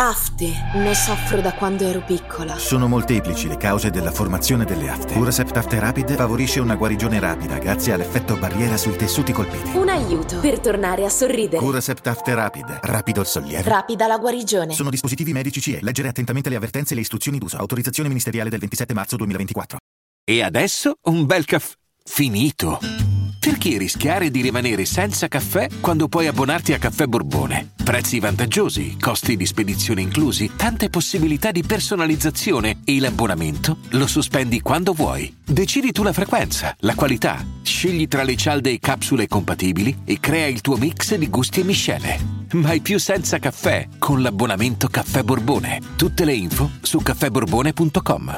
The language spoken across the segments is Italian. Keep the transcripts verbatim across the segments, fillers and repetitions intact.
Afte. Ne soffro da quando ero piccola. Sono molteplici le cause della formazione delle afte. Curacept Afte Rapid favorisce una guarigione rapida grazie all'effetto barriera sui tessuti colpiti. Un aiuto per tornare a sorridere. Curacept Afte Rapid. Rapido il sollievo. Rapida la guarigione. Sono dispositivi medici C E. Leggere attentamente le avvertenze e le istruzioni d'uso. Autorizzazione ministeriale del ventisette marzo duemilaventiquattro. E adesso un bel caffè finito. Perché rischiare di rimanere senza caffè quando puoi abbonarti a Caffè Borbone? Prezzi vantaggiosi, costi di spedizione inclusi, tante possibilità di personalizzazione e l'abbonamento lo sospendi quando vuoi. Decidi tu la frequenza, la qualità, scegli tra le cialde e capsule compatibili e crea il tuo mix di gusti e miscele. Mai più senza caffè con l'abbonamento Caffè Borbone. Tutte le info su caffè borbone punto com.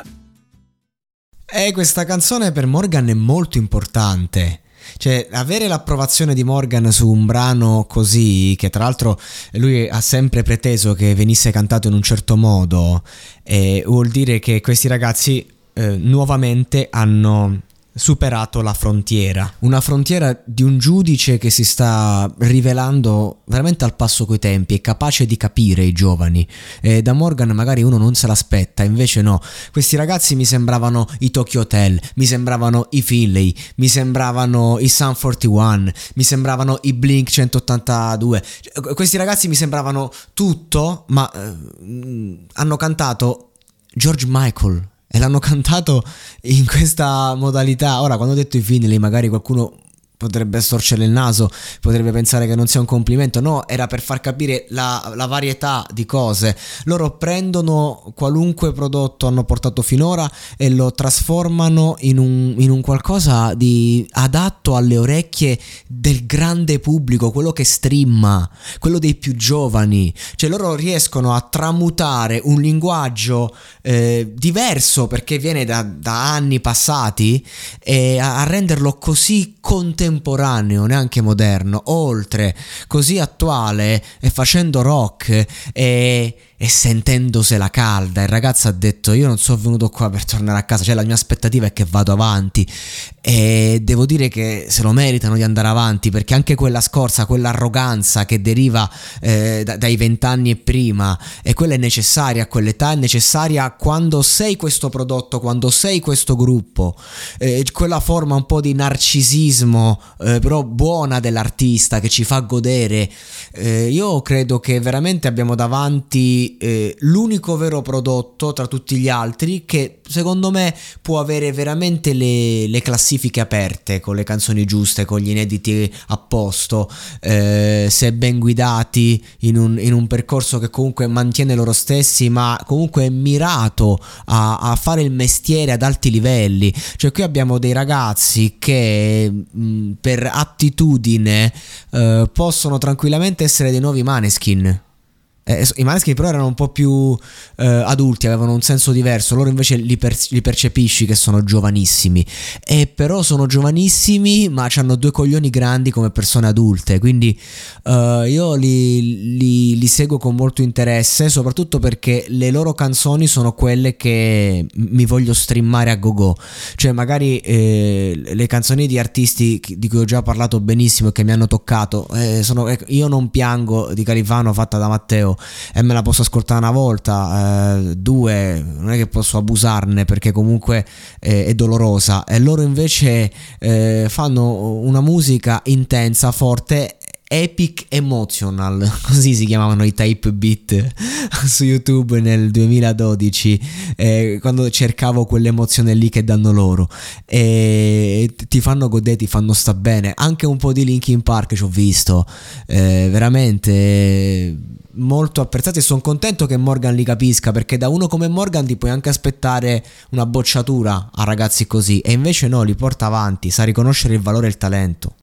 E questa canzone per Morgan è molto importante. Cioè, avere l'approvazione di Morgan su un brano così, che tra l'altro lui ha sempre preteso che venisse cantato in un certo modo, eh, vuol dire che questi ragazzi eh, nuovamente hanno superato la frontiera, una frontiera di un giudice che si sta rivelando veramente al passo coi tempi, è capace di capire i giovani. E da Morgan magari uno non se l'aspetta, invece no, questi ragazzi mi sembravano i Tokyo Hotel, mi sembravano i Philly, mi sembravano i Sum quarantuno, mi sembravano i Blink centottantadue, questi ragazzi mi sembravano tutto, ma eh, hanno cantato George Michael e l'hanno cantato in questa modalità. Ora, quando ho detto i Finley, magari qualcuno potrebbe storcere il naso, potrebbe pensare che non sia un complimento. No, era per far capire la, la varietà di cose. Loro prendono qualunque prodotto hanno portato finora e lo trasformano in un, in un qualcosa di adatto alle orecchie del grande pubblico, quello che streama, quello dei più giovani. Cioè loro riescono a tramutare un linguaggio eh, diverso, perché viene da, da anni passati, e a, a renderlo così contemporaneo, neanche moderno, oltre, così attuale, e facendo rock e, e sentendosela calda. Il ragazzo ha detto: io non sono venuto qua per tornare a casa, cioè la mia aspettativa è che vado avanti, e devo dire che se lo meritano di andare avanti, perché anche quella scorza, quell'arroganza che deriva eh, da, dai vent'anni e prima, e quella è necessaria a quell'età, è necessaria quando sei questo prodotto, quando sei questo gruppo, eh, quella forma un po' di narcisismo eh, però buona dell'artista che ci fa godere. Eh, io credo che veramente abbiamo davanti eh, l'unico vero prodotto tra tutti gli altri che secondo me può avere veramente le, le classifiche aperte, con le canzoni giuste, con gli inediti a posto, eh, se ben guidati in un, in un percorso che comunque mantiene loro stessi, ma comunque è mirato a, a fare il mestiere ad alti livelli. Cioè qui abbiamo dei ragazzi che mh, per attitudine eh, possono tranquillamente essere dei nuovi Maneskin. Eh, I Maneskin però erano un po' più eh, adulti, avevano un senso diverso. Loro invece li, per- li percepisci che sono giovanissimi, e però sono giovanissimi ma hanno due coglioni grandi come persone adulte. Quindi eh, io li, li, li seguo con molto interesse, soprattutto perché le loro canzoni sono quelle che mi voglio streamare a go-go. Cioè magari eh, le canzoni di artisti di cui ho già parlato benissimo e che mi hanno toccato eh, sono eh, Io non piango di Califano, fatta da Matteo, e me la posso ascoltare una volta, eh, due, non è che posso abusarne perché comunque eh, è dolorosa. E loro invece eh, fanno una musica intensa, forte, epic emotional, così si chiamavano i type beat su YouTube nel duemiladodici, eh, quando cercavo quell'emozione lì che danno loro, e ti fanno godere, ti fanno sta bene. Anche un po' di Linkin Park ci ho visto, eh, veramente molto apprezzati, e sono contento che Morgan li capisca, perché da uno come Morgan ti puoi anche aspettare una bocciatura a ragazzi così, e invece no, li porta avanti, sa riconoscere il valore e il talento.